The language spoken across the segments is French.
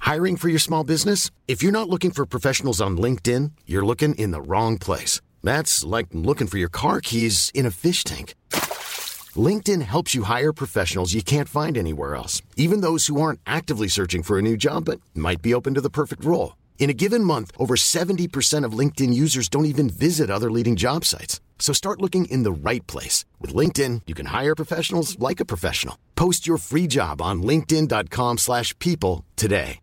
Hiring for your small business? If you're not looking for professionals on LinkedIn, you're looking in the wrong place. That's like looking for your car keys in a fish tank. LinkedIn helps you hire professionals you can't find anywhere else, even those who aren't actively searching for a new job but might be open to the perfect role. In a given month, over 70% of LinkedIn users don't even visit other leading job sites. So start looking in the right place. With LinkedIn, you can hire professionals like a professional. Post your free job on linkedin.com/people today.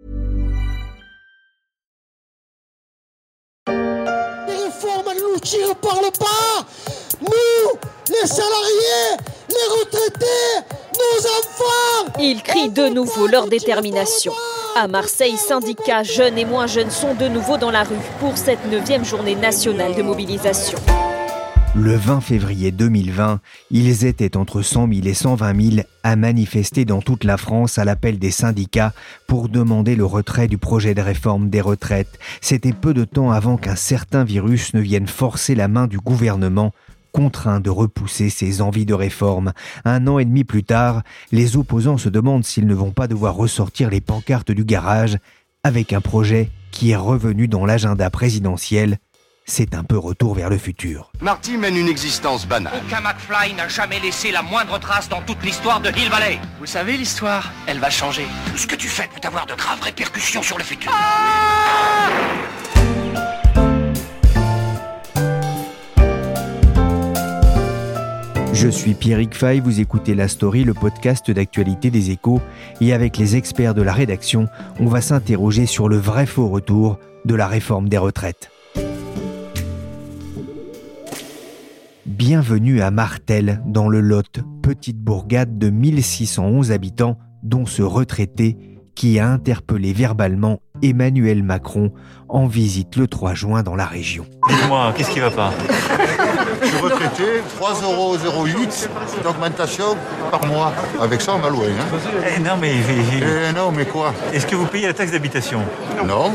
Les réformes, elles nous tirent par le bas. Nous, les salariés, les retraités, nos enfants. Ils crient de nouveau leur détermination. À Marseille, syndicats, jeunes et moins jeunes sont de nouveau dans la rue pour cette 9e journée nationale de mobilisation. Le 20 février 2020, ils étaient entre 100 000 et 120 000 à manifester dans toute la France à l'appel des syndicats pour demander le retrait du projet de réforme des retraites. C'était peu de temps avant qu'un certain virus ne vienne forcer la main du gouvernement, contraint de repousser ses envies de réforme. 1 an et demi plus tard, les opposants se demandent s'ils ne vont pas devoir ressortir les pancartes du garage avec un projet qui est revenu dans l'agenda présidentiel. C'est un peu retour vers le futur. Marty mène une existence banale. Aucun McFly n'a jamais laissé la moindre trace dans toute l'histoire de Hill Valley. Vous savez, l'histoire, elle va changer. Tout ce que tu fais peut avoir de graves répercussions sur le futur. Je suis Pierrick Fay, vous écoutez La Story, le podcast d'actualité des Échos. Et avec les experts de la rédaction, on va s'interroger sur le vrai faux retour de la réforme des retraites. Bienvenue à Martel, dans le Lot, petite bourgade de 1611 habitants, dont ce retraité qui a interpellé verbalement Emmanuel Macron en visite le 3 juin dans la région. Dites-moi, qu'est-ce qui va pas ? Je suis retraité, 3,08 € d'augmentation par mois. Avec ça, on va loin. Hein. Non mais quoi ? Est-ce que vous payez la taxe d'habitation ? Non.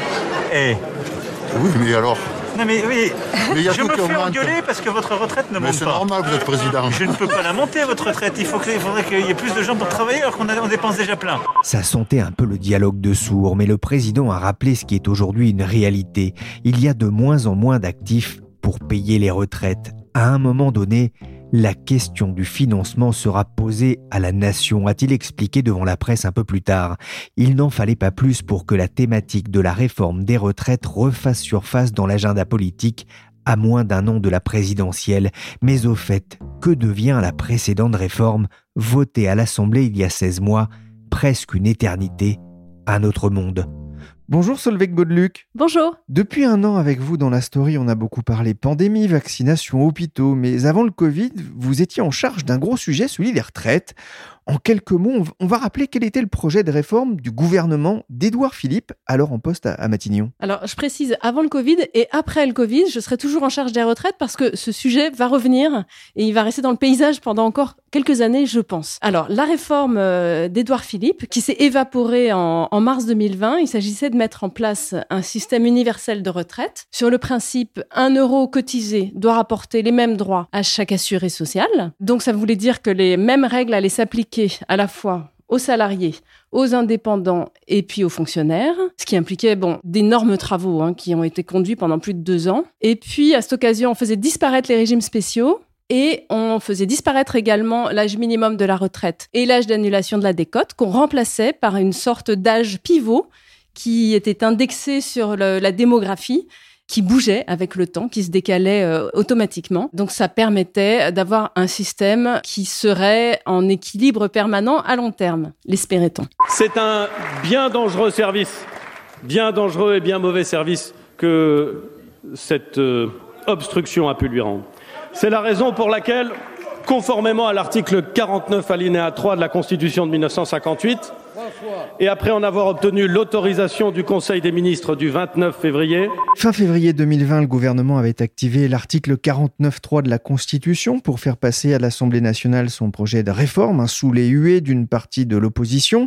Oui, mais alors ? Non mais oui, mais je me fais engueuler parce que votre retraite ne monte pas. Mais c'est normal, vous êtes président. Je ne peux pas la monter, votre retraite. Il faudrait qu'il y ait plus de gens pour travailler alors qu'on dépense déjà plein. Ça sentait un peu le dialogue de sourds, mais le président a rappelé ce qui est aujourd'hui une réalité. Il y a de moins en moins d'actifs pour payer les retraites. À un moment donné, la question du financement sera posée à la nation, a-t-il expliqué devant la presse un peu plus tard. Il n'en fallait pas plus pour que la thématique de la réforme des retraites refasse surface dans l'agenda politique à moins d'1 an de la présidentielle. Mais au fait, que devient la précédente réforme, votée à l'Assemblée il y a 16 mois, presque une éternité, un autre monde? Bonjour Solveig Baudeluc. Bonjour. Depuis 1 an avec vous dans La Story, on a beaucoup parlé pandémie, vaccination, hôpitaux, mais avant le Covid, vous étiez en charge d'un gros sujet, celui des retraites. En quelques mots, on va rappeler quel était le projet de réforme du gouvernement d'Édouard Philippe, alors en poste à Matignon. Alors, je précise, avant le Covid et après le Covid, je serai toujours en charge des retraites parce que ce sujet va revenir et il va rester dans le paysage pendant encore quelques années, je pense. Alors, la réforme d'Édouard Philippe, qui s'est évaporée en mars 2020, il s'agissait de mettre en place un système universel de retraite. Sur le principe, 1 € cotisé doit rapporter les mêmes droits à chaque assuré social. Donc, ça voulait dire que les mêmes règles allaient s'appliquer à la fois aux salariés, aux indépendants et puis aux fonctionnaires, ce qui impliquait d'énormes travaux qui ont été conduits pendant plus de 2 ans. Et puis, à cette occasion, on faisait disparaître les régimes spéciaux et on faisait disparaître également l'âge minimum de la retraite et l'âge d'annulation de la décote qu'on remplaçait par une sorte d'âge pivot qui était indexé sur la démographie, qui bougeait avec le temps, qui se décalait automatiquement. Donc ça permettait d'avoir un système qui serait en équilibre permanent à long terme, l'espérait-on. C'est un bien dangereux service, bien dangereux et bien mauvais service que cette obstruction a pu lui rendre. C'est la raison pour laquelle, conformément à l'article 49 alinéa 3 de la Constitution de 1958, et après en avoir obtenu l'autorisation du Conseil des ministres du 29 février. Fin février 2020, le gouvernement avait activé l'article 49.3 de la Constitution pour faire passer à l'Assemblée nationale son projet de réforme, sous les huées d'une partie de l'opposition.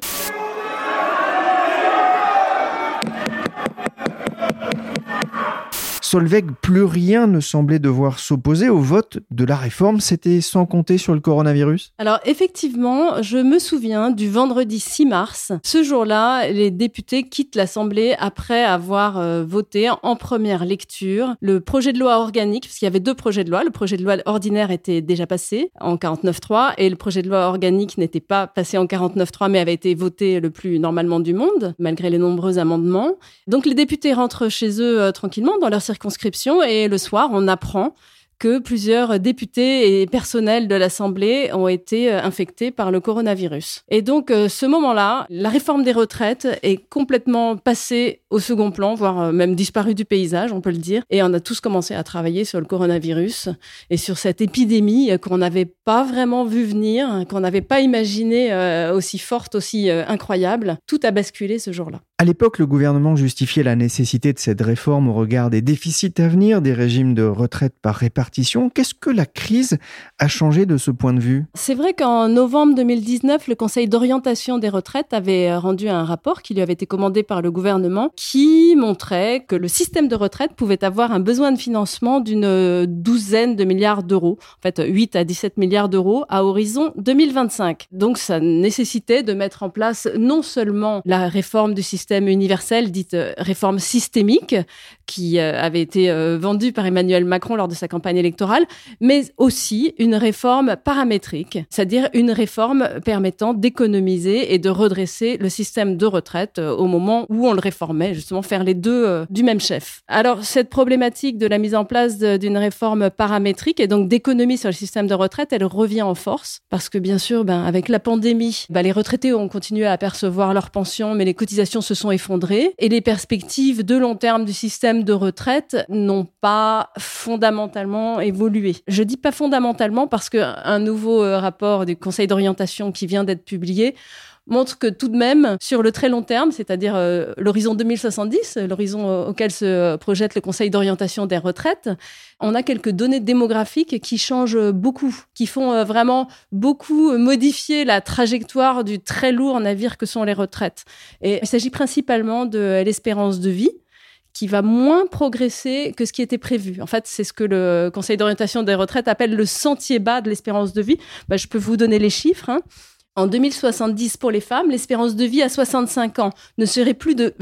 Solveig, plus rien ne semblait devoir s'opposer au vote de la réforme. C'était sans compter sur le coronavirus ? Alors effectivement, je me souviens du vendredi 6 mars. Ce jour-là, les députés quittent l'Assemblée après avoir voté en première lecture le projet de loi organique, parce qu'il y avait 2 projets de loi. Le projet de loi ordinaire était déjà passé en 49.3 et le projet de loi organique n'était pas passé en 49.3 mais avait été voté le plus normalement du monde, malgré les nombreux amendements. Donc les députés rentrent chez eux tranquillement dans leur circonscription et le soir, on apprend que plusieurs députés et personnels de l'Assemblée ont été infectés par le coronavirus. Et donc, ce moment-là, la réforme des retraites est complètement passée au second plan, voire même disparue du paysage, on peut le dire. Et on a tous commencé à travailler sur le coronavirus et sur cette épidémie qu'on n'avait pas vraiment vu venir, qu'on n'avait pas imaginé aussi forte, aussi incroyable. Tout a basculé ce jour-là. À l'époque, le gouvernement justifiait la nécessité de cette réforme au regard des déficits à venir, des régimes de retraite par répartition. Qu'est-ce que la crise a changé de ce point de vue ? C'est vrai qu'en novembre 2019, le Conseil d'orientation des retraites avait rendu un rapport qui lui avait été commandé par le gouvernement qui montrait que le système de retraite pouvait avoir un besoin de financement d'une douzaine de milliards d'euros. En fait, 8 à 17 milliards d'euros à horizon 2025. Donc, ça nécessitait de mettre en place non seulement la réforme du système universel, dite réforme systémique, qui avait été vendue par Emmanuel Macron lors de sa campagne électorale, mais aussi une réforme paramétrique, c'est-à-dire une réforme permettant d'économiser et de redresser le système de retraite au moment où on le réformait, justement faire les deux du même chef. Alors, cette problématique de la mise en place d'une réforme paramétrique et donc d'économie sur le système de retraite, elle revient en force parce que, bien sûr, avec la pandémie, les retraités ont continué à percevoir leur pension, mais les cotisations se sont effondrées et les perspectives de long terme du système de retraite n'ont pas fondamentalement évolué. Je dis pas fondamentalement parce qu'un nouveau rapport du Conseil d'orientation qui vient d'être publié montre que tout de même, sur le très long terme, c'est-à-dire l'horizon 2070, l'horizon auquel se projette le Conseil d'orientation des retraites, on a quelques données démographiques qui changent beaucoup, qui font vraiment beaucoup modifier la trajectoire du très lourd navire que sont les retraites. Et il s'agit principalement de l'espérance de vie, qui va moins progresser que ce qui était prévu. En fait, c'est ce que le Conseil d'orientation des retraites appelle le sentier bas de l'espérance de vie. Je peux vous donner les chiffres. En 2070, pour les femmes, l'espérance de vie à 65 ans ne serait plus de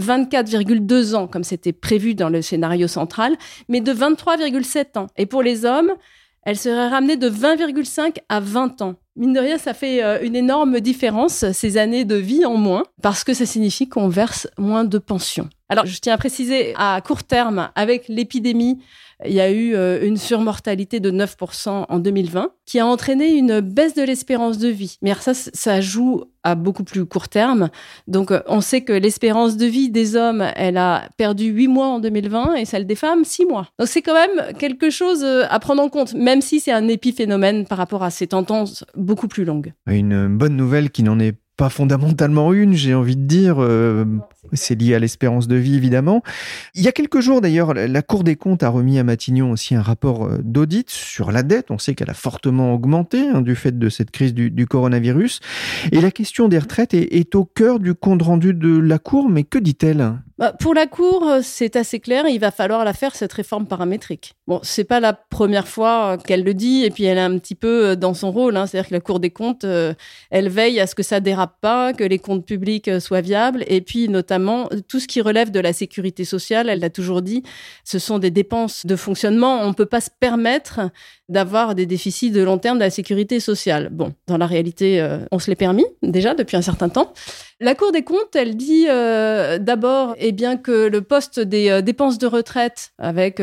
24,2 ans, comme c'était prévu dans le scénario central, mais de 23,7 ans. Et pour les hommes, elle serait ramenée de 20,5 à 20 ans. Mine de rien, ça fait une énorme différence, ces années de vie en moins, parce que ça signifie qu'on verse moins de pensions. Alors, je tiens à préciser, à court terme, avec l'épidémie, il y a eu une surmortalité de 9% en 2020, qui a entraîné une baisse de l'espérance de vie. Mais ça joue à beaucoup plus court terme. Donc, on sait que l'espérance de vie des hommes, elle a perdu 8 mois en 2020 et celle des femmes, 6 mois. Donc, c'est quand même quelque chose à prendre en compte, même si c'est un épiphénomène par rapport à ces tendances beaucoup plus longues. Une bonne nouvelle qui n'en est pas fondamentalement une, j'ai envie de dire. C'est lié à l'espérance de vie, évidemment. Il y a quelques jours, d'ailleurs, la Cour des comptes a remis à Matignon aussi un rapport d'audit sur la dette. On sait qu'elle a fortement augmenté du fait de cette crise du coronavirus. Et la question des retraites est au cœur du compte rendu de la Cour. Mais que dit-elle ? Pour la Cour, c'est assez clair, il va falloir la faire, cette réforme paramétrique. Bon, c'est pas la première fois qu'elle le dit, et puis elle est un petit peu dans son rôle, c'est-à-dire que la Cour des comptes, elle veille à ce que ça dérape pas, que les comptes publics soient viables, et puis notamment tout ce qui relève de la sécurité sociale, elle l'a toujours dit, ce sont des dépenses de fonctionnement, on peut pas se permettre d'avoir des déficits de long terme de la sécurité sociale. Bon, dans la réalité, on se l'est permis, déjà, depuis un certain temps. La Cour des comptes, elle dit d'abord bien que le poste des dépenses de retraite, avec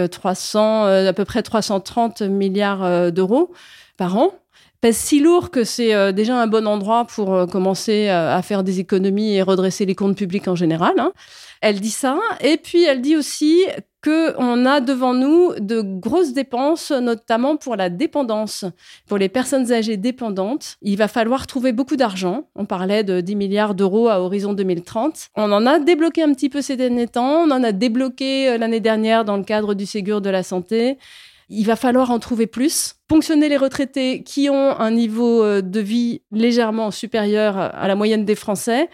à peu près 330 milliards d'euros par an, pèse si lourd que c'est déjà un bon endroit pour commencer à faire des économies et redresser les comptes publics en général. Elle dit ça, et puis elle dit aussi qu'on a devant nous de grosses dépenses, notamment pour la dépendance. Pour les personnes âgées dépendantes, il va falloir trouver beaucoup d'argent. On parlait de 10 milliards d'euros à horizon 2030. On en a débloqué un petit peu ces derniers temps. On en a débloqué l'année dernière dans le cadre du Ségur de la santé. Il va falloir en trouver plus. Ponctionner les retraités qui ont un niveau de vie légèrement supérieur à la moyenne des Français.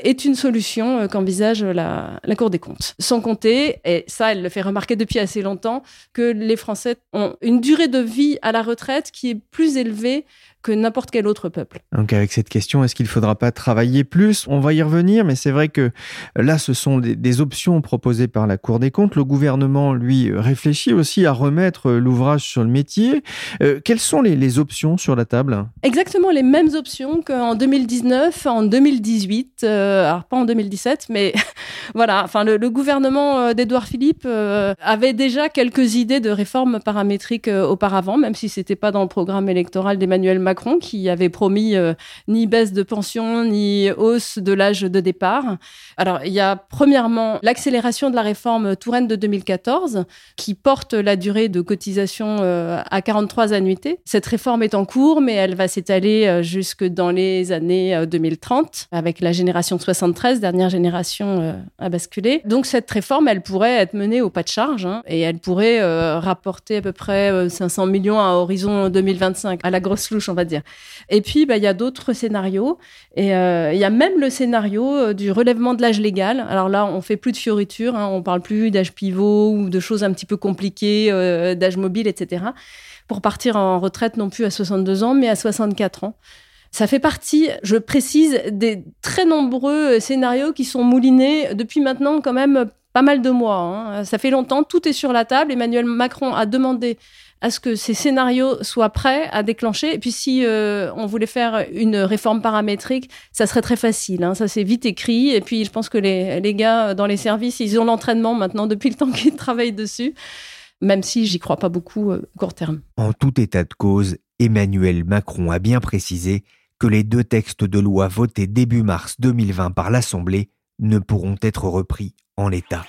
est une solution qu'envisage la Cour des comptes. Sans compter, et ça, elle le fait remarquer depuis assez longtemps, que les Français ont une durée de vie à la retraite qui est plus élevée que n'importe quel autre peuple. Donc avec cette question, est-ce qu'il ne faudra pas travailler plus ? On va y revenir, mais c'est vrai que là, ce sont des options proposées par la Cour des comptes. Le gouvernement, lui, réfléchit aussi à remettre l'ouvrage sur le métier. Quelles sont les options sur la table ? Exactement les mêmes options qu'en 2019, en 2018, alors pas en 2017, mais voilà. Enfin, le gouvernement d'Édouard Philippe avait déjà quelques idées de réforme paramétrique auparavant, même si c'était pas dans le programme électoral d'Emmanuel Macron, qui avait promis ni baisse de pension, ni hausse de l'âge de départ. Alors, il y a premièrement l'accélération de la réforme Touraine de 2014, qui porte la durée de cotisation à 43 annuités. Cette réforme est en cours, mais elle va s'étaler jusque dans les années 2030, avec la génération 73, dernière génération à basculer. Donc, cette réforme, elle pourrait être menée au pas de charge, et elle pourrait rapporter à peu près 500 millions à horizon 2025, à la grosse louche, on va dire. Et puis, il y a d'autres scénarios. Et il y a même le scénario du relèvement de l'âge légal. Alors là, on fait plus de fioritures. On parle plus d'âge pivot ou de choses un petit peu compliquées, d'âge mobile, etc. Pour partir en retraite, non plus à 62 ans, mais à 64 ans. Ça fait partie, je précise, des très nombreux scénarios qui sont moulinés depuis maintenant quand même pas mal de mois. Ça fait longtemps, tout est sur la table. Emmanuel Macron a demandé à ce que ces scénarios soient prêts à déclencher. Et puis, si on voulait faire une réforme paramétrique, ça serait très facile. Ça, c'est vite écrit. Et puis, je pense que les gars dans les services, ils ont l'entraînement maintenant depuis le temps qu'ils travaillent dessus, même si j'y crois pas beaucoup court terme. En tout état de cause, Emmanuel Macron a bien précisé que les 2 textes de loi votés début mars 2020 par l'Assemblée ne pourront être repris en l'état.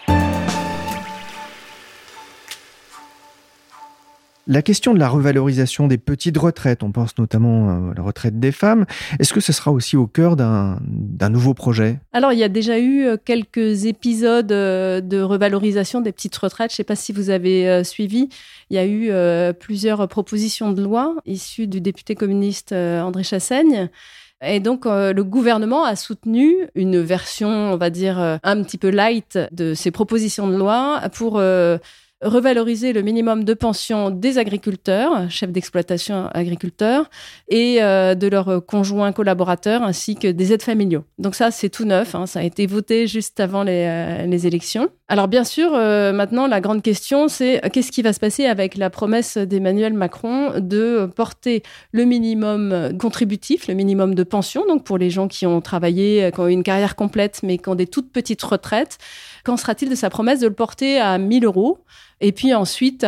La question de la revalorisation des petites retraites, on pense notamment à la retraite des femmes, est-ce que ce sera aussi au cœur d'un nouveau projet ? Alors, il y a déjà eu quelques épisodes de revalorisation des petites retraites. Je ne sais pas si vous avez suivi. Il y a eu plusieurs propositions de loi issues du député communiste André Chassaigne. Et donc, le gouvernement a soutenu une version, on va dire, un petit peu light de ces propositions de loi pour revaloriser le minimum de pension des agriculteurs, chefs d'exploitation agriculteurs, et de leurs conjoints collaborateurs, ainsi que des aides familiaux. Donc ça, c'est tout neuf, ça a été voté juste avant les élections. Alors bien sûr, maintenant, la grande question, c'est qu'est-ce qui va se passer avec la promesse d'Emmanuel Macron de porter le minimum contributif, le minimum de pension, donc pour les gens qui ont travaillé, qui ont eu une carrière complète, mais qui ont des toutes petites retraites. Qu'en sera-t-il de sa promesse de le porter à 1 000 € et puis ensuite à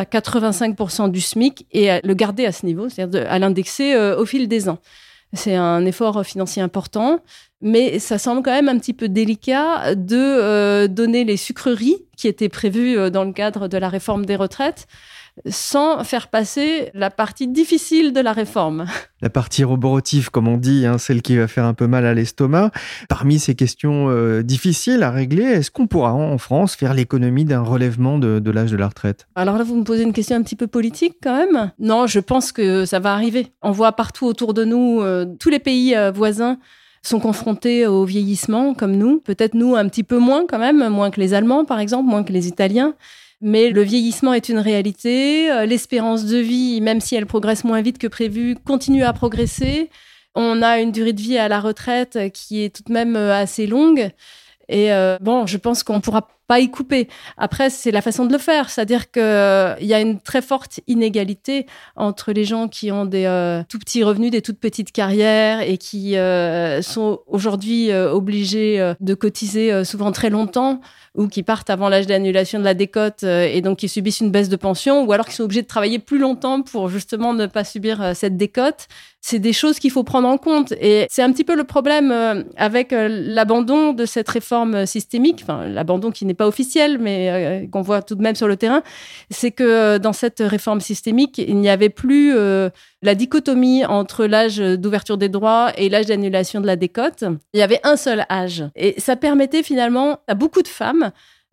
85% du SMIC et à le garder à ce niveau, c'est-à-dire à l'indexer au fil des ans. C'est un effort financier important, mais ça semble quand même un petit peu délicat de donner les sucreries qui étaient prévues dans le cadre de la réforme des retraites sans faire passer la partie difficile de la réforme. La partie roborotive, comme on dit, celle qui va faire un peu mal à l'estomac. Parmi ces questions difficiles à régler, est-ce qu'on pourra en France faire l'économie d'un relèvement de l'âge de la retraite ? Alors là, vous me posez une question un petit peu politique quand même. Non, je pense que ça va arriver. On voit partout autour de nous, tous les pays voisins sont confrontés au vieillissement comme nous. Peut-être nous un petit peu moins quand même, moins que les Allemands par exemple, moins que les Italiens. Mais le vieillissement est une réalité. L'espérance de vie, même si elle progresse moins vite que prévu, continue à progresser. On a une durée de vie à la retraite qui est tout de même assez longue. Et je pense qu'on ne pourra pas y couper. Après, c'est la façon de le faire. C'est-à-dire qu'il y a une très forte inégalité entre les gens qui ont des tout petits revenus, des toutes petites carrières et qui sont aujourd'hui obligés de cotiser souvent très longtemps ou qui partent avant l'âge d'annulation de la décote et donc qui subissent une baisse de pension ou alors qui sont obligés de travailler plus longtemps pour justement ne pas subir cette décote. C'est des choses qu'il faut prendre en compte. Et c'est un petit peu le problème avec l'abandon de cette réforme systémique, enfin l'abandon qui n'est pas officiel, mais qu'on voit tout de même sur le terrain, c'est que dans cette réforme systémique, il n'y avait plus la dichotomie entre l'âge d'ouverture des droits et l'âge d'annulation de la décote. Il y avait un seul âge. Et ça permettait finalement à beaucoup de femmes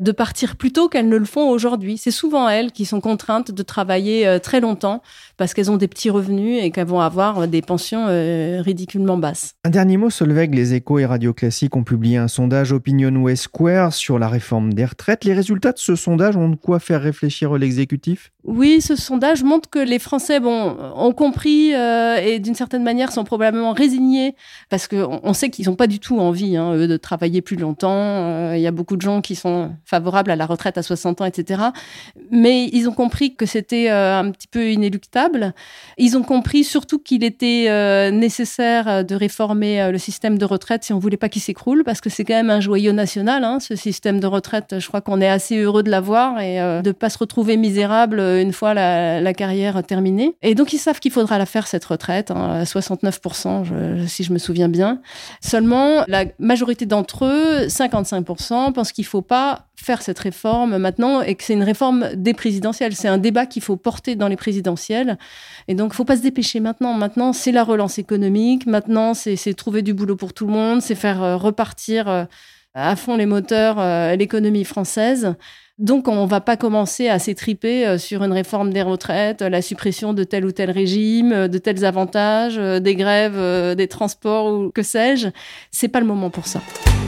de partir plus tôt qu'elles ne le font aujourd'hui. C'est souvent elles qui sont contraintes de travailler très longtemps parce qu'elles ont des petits revenus et qu'elles vont avoir des pensions ridiculement basses. Un dernier mot, Solveig. Les Échos et Radio Classique ont publié un sondage Opinionway Square sur la réforme des retraites. Les résultats de ce sondage ont de quoi faire réfléchir l'exécutif ? Oui, ce sondage montre que les Français ont compris et d'une certaine manière sont probablement résignés parce qu'on sait qu'ils n'ont pas du tout envie eux, de travailler plus longtemps. Il y a beaucoup de gens qui sont favorables à la retraite à 60 ans, etc. Mais ils ont compris que c'était un petit peu inéluctable. Ils ont compris surtout qu'il était nécessaire de réformer le système de retraite si on ne voulait pas qu'il s'écroule parce que c'est quand même un joyau national, ce système de retraite. Je crois qu'on est assez heureux de l'avoir et de ne pas se retrouver misérable une fois la carrière terminée. Et donc, ils savent qu'il faudra la faire, cette retraite, à 69%, si je me souviens bien. Seulement, la majorité d'entre eux, 55%, pensent qu'il ne faut pas faire cette réforme maintenant et que c'est une réforme des présidentielles. C'est un débat qu'il faut porter dans les présidentielles. Et donc, il ne faut pas se dépêcher maintenant. Maintenant, c'est la relance économique. Maintenant, c'est trouver du boulot pour tout le monde. C'est faire repartir à fond les moteurs l'économie française. Donc, on ne va pas commencer à s'étriper sur une réforme des retraites, la suppression de tel ou tel régime, de tels avantages, des grèves, des transports ou que sais-je. C'est pas le moment pour ça.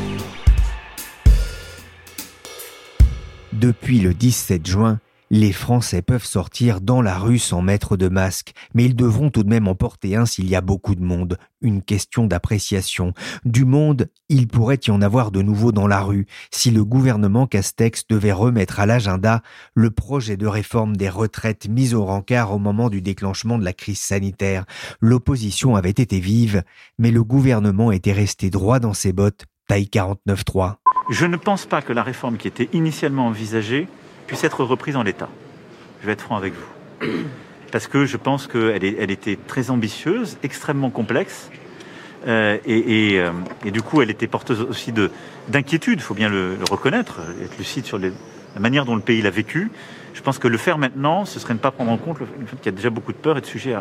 Depuis le 17 juin, les Français peuvent sortir dans la rue sans mettre de masque, mais ils devront tout de même en porter un s'il y a beaucoup de monde. Une question d'appréciation. Du monde, il pourrait y en avoir de nouveau dans la rue si le gouvernement Castex devait remettre à l'agenda le projet de réforme des retraites mis au rencard au moment du déclenchement de la crise sanitaire. L'opposition avait été vive, mais le gouvernement était resté droit dans ses bottes, taille 49.3. Je ne pense pas que la réforme qui était initialement envisagée puisse être reprise en l'état. Je vais être franc avec vous. Parce que je pense qu'elle était très ambitieuse, extrêmement complexe, et du coup, elle était porteuse aussi d'inquiétude, il faut bien le reconnaître, être lucide sur la manière dont le pays l'a vécu. Je pense que le faire maintenant, ce serait ne pas prendre en compte le fait qu'il y a déjà beaucoup de peur et de sujets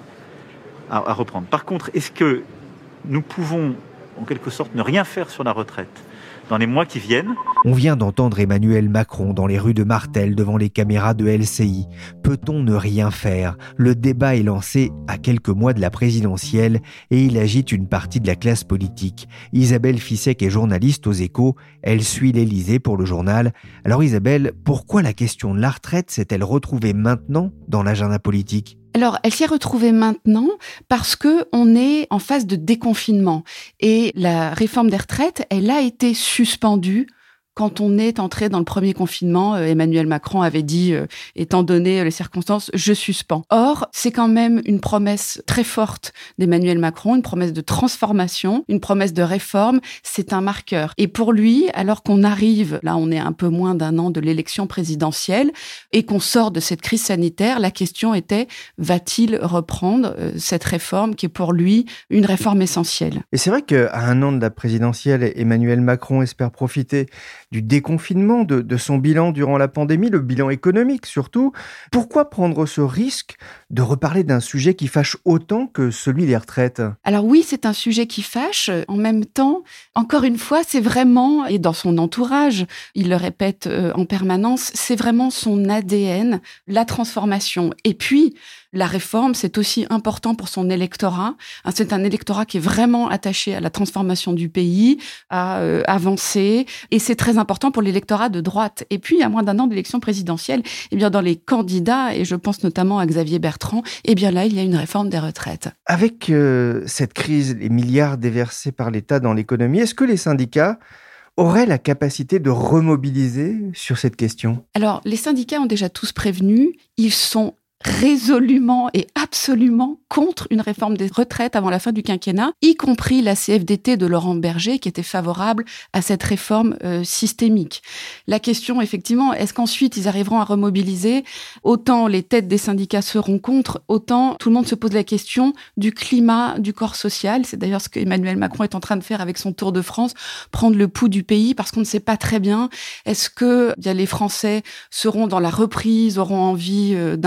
à reprendre. Par contre, est-ce que nous pouvons, en quelque sorte, ne rien faire sur la retraite dans les mois qui viennent? On vient d'entendre Emmanuel Macron dans les rues de Martel devant les caméras de LCI. Peut-on ne rien faire ? Le débat est lancé à quelques mois de la présidentielle et il agite une partie de la classe politique. Isabelle Fissek est journaliste aux Échos. Elle suit l'Élysée pour le journal. Alors Isabelle, pourquoi la question de la retraite s'est-elle retrouvée maintenant dans l'agenda politique ? Alors, elle s'y est retrouvée maintenant parce que on est en phase de déconfinement et la réforme des retraites, elle a été suspendue. Quand on est entré dans le premier confinement, Emmanuel Macron avait dit, étant donné les circonstances, je suspends. Or, c'est quand même une promesse très forte d'Emmanuel Macron, une promesse de transformation, une promesse de réforme. C'est un marqueur. Et pour lui, alors qu'on arrive, là on est un peu moins d'un an de l'élection présidentielle, et qu'on sort de cette crise sanitaire, la question était, va-t-il reprendre cette réforme qui est pour lui une réforme essentielle ? Et c'est vrai qu'à un an de la présidentielle, Emmanuel Macron espère profiter du déconfinement, de son bilan durant la pandémie, le bilan économique surtout. Pourquoi prendre ce risque de reparler d'un sujet qui fâche autant que celui des retraites ? Alors oui, c'est un sujet qui fâche. En même temps, encore une fois, c'est vraiment, et dans son entourage, il le répète en permanence, c'est vraiment son ADN, la transformation. Et puis, la réforme, c'est aussi important pour son électorat. C'est un électorat qui est vraiment attaché à la transformation du pays, à avancer. Et c'est très important pour l'électorat de droite. Et puis, à moins d'un an d'élection présidentielle, eh bien, dans les candidats, et je pense notamment à Xavier Bertrand, eh bien là, il y a une réforme des retraites. Avec cette crise, les milliards déversés par l'État dans l'économie, est-ce que les syndicats auraient la capacité de remobiliser sur cette question ? Alors, les syndicats ont déjà tous prévenu, ils sont résolument et absolument contre une réforme des retraites avant la fin du quinquennat, y compris la CFDT de Laurent Berger qui était favorable à cette réforme systémique. La question, effectivement, est-ce qu'ensuite ils arriveront à remobiliser ? Autant les têtes des syndicats seront contre, autant tout le monde se pose la question du climat, du corps social. C'est d'ailleurs ce que Emmanuel Macron est en train de faire avec son Tour de France, prendre le pouls du pays parce qu'on ne sait pas très bien. Est-ce que les Français seront dans la reprise, auront envie d'un automne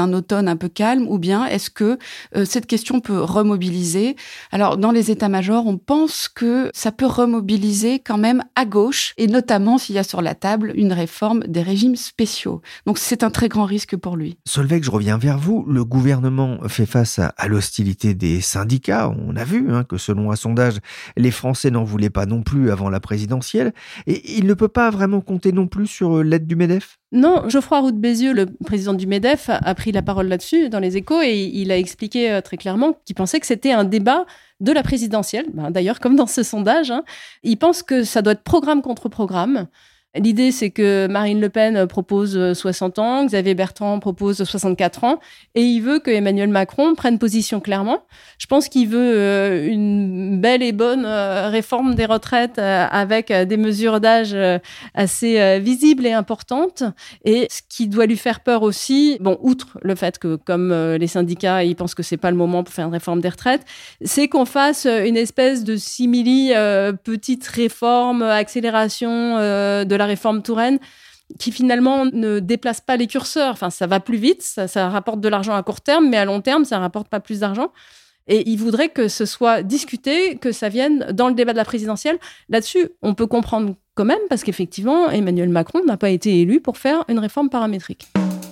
zone un peu calme, ou bien est-ce que cette question peut remobiliser? Alors, dans les états-majors, on pense que ça peut remobiliser quand même à gauche, et notamment s'il y a sur la table une réforme des régimes spéciaux. Donc, c'est un très grand risque pour lui. Solveig, je reviens vers vous. Le gouvernement fait face à l'hostilité des syndicats. On a vu que selon un sondage, les Français n'en voulaient pas non plus avant la présidentielle. Et il ne peut pas vraiment compter non plus sur l'aide du MEDEF? Non, Geoffroy Roux de Bézieux, le président du MEDEF, a pris la parole là-dessus dans les Échos et il a expliqué très clairement qu'il pensait que c'était un débat de la présidentielle. D'ailleurs, comme dans ce sondage, il pense que ça doit être programme contre programme. L'idée, c'est que Marine Le Pen propose 60 ans, Xavier Bertrand propose 64 ans, et il veut que Emmanuel Macron prenne position clairement. Je pense qu'il veut une belle et bonne réforme des retraites avec des mesures d'âge assez visibles et importantes. Et ce qui doit lui faire peur aussi, outre le fait que, comme les syndicats, ils pensent que c'est pas le moment pour faire une réforme des retraites, c'est qu'on fasse une espèce de simili petite réforme, accélération de la réforme Touraine, qui finalement ne déplace pas les curseurs. Enfin, ça va plus vite, ça rapporte de l'argent à court terme, mais à long terme, ça ne rapporte pas plus d'argent. Et il voudrait que ce soit discuté, que ça vienne dans le débat de la présidentielle. Là-dessus, on peut comprendre quand même, parce qu'effectivement, Emmanuel Macron n'a pas été élu pour faire une réforme paramétrique.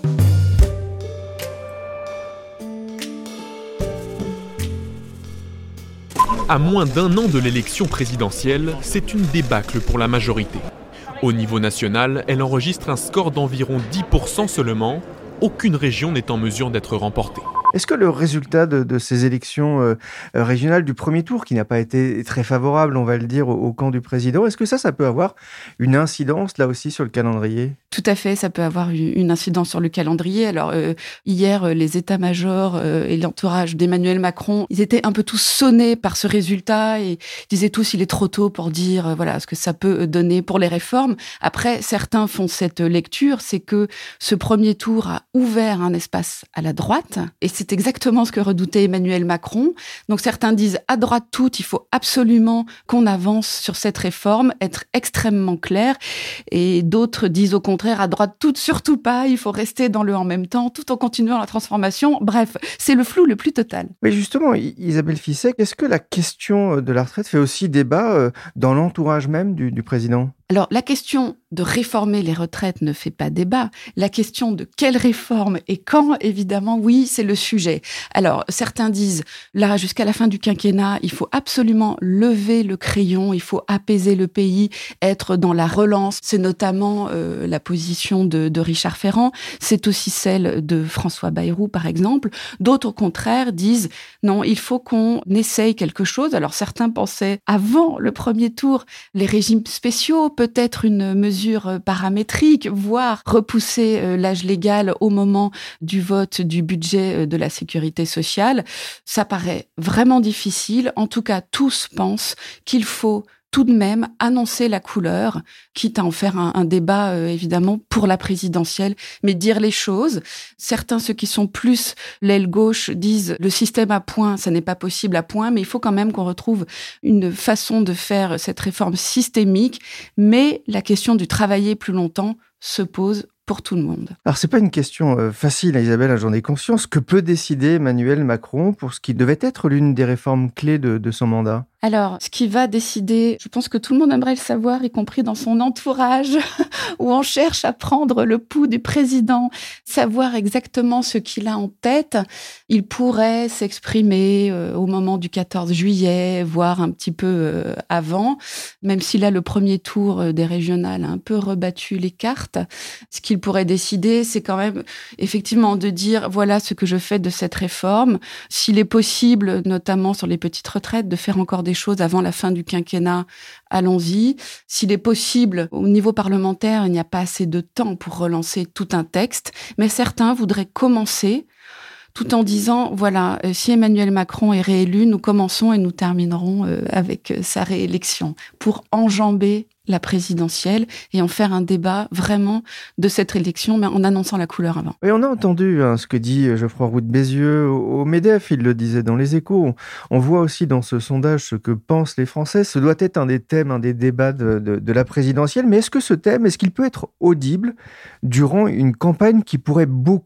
À moins d'un an de l'élection présidentielle, c'est une débâcle pour la majorité. Au niveau national, elle enregistre un score d'environ 10% seulement. Aucune région n'est en mesure d'être remportée. Est-ce que le résultat de ces élections régionales du premier tour, qui n'a pas été très favorable, on va le dire, au camp du président, est-ce que ça peut avoir une incidence, là aussi, sur le calendrier? Tout à fait, ça peut avoir une incidence sur le calendrier. Alors, hier, les états-majors et l'entourage d'Emmanuel Macron, ils étaient un peu tous sonnés par ce résultat et disaient tous il est trop tôt pour dire ce que ça peut donner pour les réformes. Après, certains font cette lecture, c'est que ce premier tour a ouvert un espace à la droite, et c'est exactement ce que redoutait Emmanuel Macron. Donc certains disent à droite toute, il faut absolument qu'on avance sur cette réforme, être extrêmement clair. Et d'autres disent au contraire à droite toute, surtout pas, il faut rester dans le en même temps, tout en continuant la transformation. Bref, c'est le flou le plus total. Mais justement, Isabelle Fissek, est-ce que la question de la retraite fait aussi débat dans l'entourage même du président ? Alors, la question de réformer les retraites ne fait pas débat. La question de quelle réforme et quand, évidemment, oui, c'est le sujet. Alors, certains disent, là, jusqu'à la fin du quinquennat, il faut absolument lever le crayon, il faut apaiser le pays, être dans la relance. C'est notamment la position de Richard Ferrand. C'est aussi celle de François Bayrou, par exemple. D'autres, au contraire, disent, non, il faut qu'on essaye quelque chose. Alors, certains pensaient, avant le premier tour, les régimes spéciaux, peut-être une mesure paramétrique, voire repousser l'âge légal au moment du vote du budget de la sécurité sociale. Ça paraît vraiment difficile. En tout cas, tous pensent qu'il faut tout de même annoncer la couleur, quitte à en faire un débat, évidemment, pour la présidentielle, mais dire les choses. Certains, ceux qui sont plus l'aile gauche, disent le système à points, ça n'est pas possible à points, mais il faut quand même qu'on retrouve une façon de faire cette réforme systémique. Mais la question du travailler plus longtemps se pose pour tout le monde. Alors, c'est pas une question facile, Isabelle, j'en ai conscience. Que peut décider Emmanuel Macron pour ce qui devait être l'une des réformes clés de son mandat ? Alors, ce qui va décider, je pense que tout le monde aimerait le savoir, y compris dans son entourage, où on cherche à prendre le pouls du président, savoir exactement ce qu'il a en tête. Il pourrait s'exprimer au moment du 14 juillet, voire un petit peu avant, même si là, le premier tour des régionales a un peu rebattu les cartes. Ce qu'il pourrait décider, c'est quand même, effectivement, de dire, voilà ce que je fais de cette réforme. S'il est possible, notamment sur les petites retraites, de faire encore des choses avant la fin du quinquennat, allons-y. S'il est possible, au niveau parlementaire, il n'y a pas assez de temps pour relancer tout un texte, mais certains voudraient commencer tout en disant, voilà, si Emmanuel Macron est réélu, nous commençons et nous terminerons avec sa réélection pour enjamber la présidentielle et en faire un débat vraiment de cette élection, mais en annonçant la couleur avant. Et on a entendu ce que dit Geoffroy Roux de Bézieux au MEDEF, il le disait dans les Échos. On voit aussi dans ce sondage ce que pensent les Français. Ce doit être un des thèmes, un des débats de la présidentielle. Mais est-ce que ce thème, est-ce qu'il peut être audible durant une campagne qui pourrait beaucoup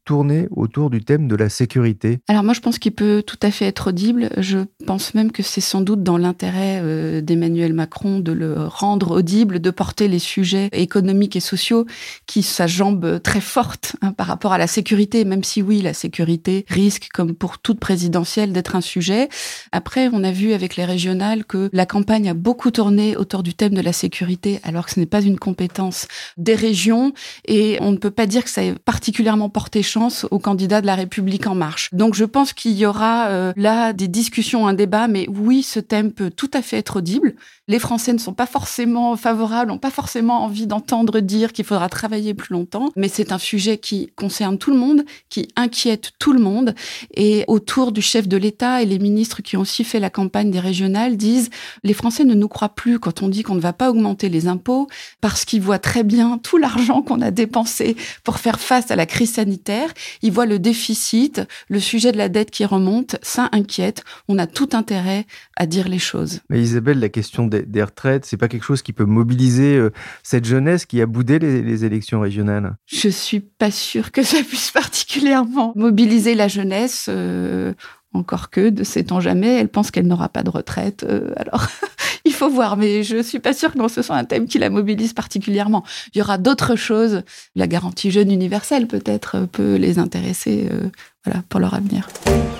tourner autour du thème de la sécurité? Alors moi, je pense qu'il peut tout à fait être audible. Je pense même que c'est sans doute dans l'intérêt d'Emmanuel Macron de le rendre audible, de porter les sujets économiques et sociaux qui s'ajambent très fortes par rapport à la sécurité, même si oui, la sécurité risque, comme pour toute présidentielle, d'être un sujet. Après, on a vu avec les régionales que la campagne a beaucoup tourné autour du thème de la sécurité, alors que ce n'est pas une compétence des régions, et on ne peut pas dire que ça ait particulièrement porté chance aux candidats de La République En Marche. Donc je pense qu'il y aura là des discussions, un débat, mais oui, ce thème peut tout à fait être audible. Les Français ne sont pas forcément favorables, n'ont pas forcément envie d'entendre dire qu'il faudra travailler plus longtemps, mais c'est un sujet qui concerne tout le monde, qui inquiète tout le monde, et autour du chef de l'État et les ministres qui ont aussi fait la campagne des régionales disent « Les Français ne nous croient plus quand on dit qu'on ne va pas augmenter les impôts parce qu'ils voient très bien tout l'argent qu'on a dépensé pour faire face à la crise sanitaire. Ils voient le déficit, le sujet de la dette qui remonte, ça inquiète. On a tout intérêt à dire les choses. » Mais Isabelle, la question des retraites, c'est pas quelque chose qui peut mobiliser cette jeunesse qui a boudé les élections régionales? Je suis pas sûre que ça puisse particulièrement mobiliser la jeunesse. Encore que, ne sait-on jamais, elle pense qu'elle n'aura pas de retraite. Alors, il faut voir, mais je suis pas sûre que ce soit un thème qui la mobilise particulièrement. Il y aura d'autres choses. La garantie jeune universelle, peut-être, peut les intéresser pour leur avenir.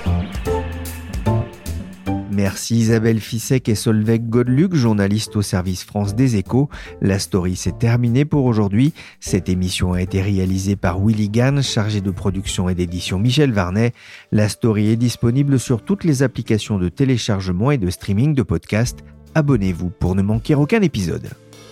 Merci Isabelle Fissek et Solveig Godluc, journalistes au service France des Échos. La story s'est terminée pour aujourd'hui. Cette émission a été réalisée par Willy Gann, chargé de production et d'édition Michel Varnet. La story est disponible sur toutes les applications de téléchargement et de streaming de podcasts. Abonnez-vous pour ne manquer aucun épisode.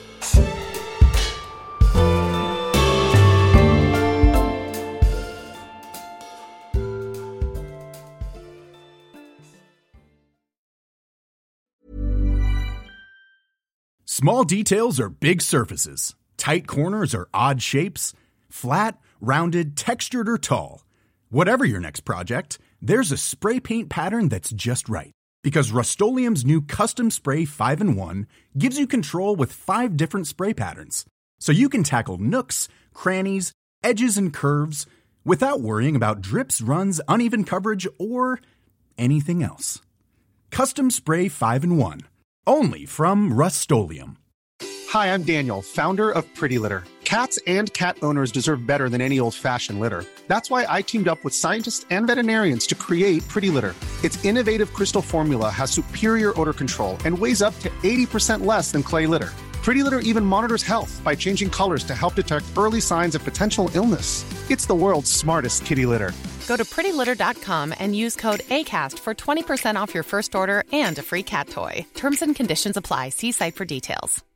Small details are big surfaces. Tight corners are odd shapes. Flat, rounded, textured, or tall. Whatever your next project, there's a spray paint pattern that's just right. Because Rust-Oleum's new Custom Spray 5-in-1 gives you control with 5 different spray patterns. So you can tackle nooks, crannies, edges, and curves without worrying about drips, runs, uneven coverage, or anything else. Custom Spray 5-in-1. Only from Rust-Oleum. Hi, I'm Daniel, founder of Pretty Litter. Cats and cat owners deserve better than any old-fashioned litter. That's why I teamed up with scientists and veterinarians to create Pretty Litter. Its innovative crystal formula has superior odor control and weighs up to 80% less than clay litter. Pretty Litter even monitors health by changing colors to help detect early signs of potential illness. It's the world's smartest kitty litter. Go to prettylitter.com and use code ACAST for 20% off your first order and a free cat toy. Terms and conditions apply. See site for details.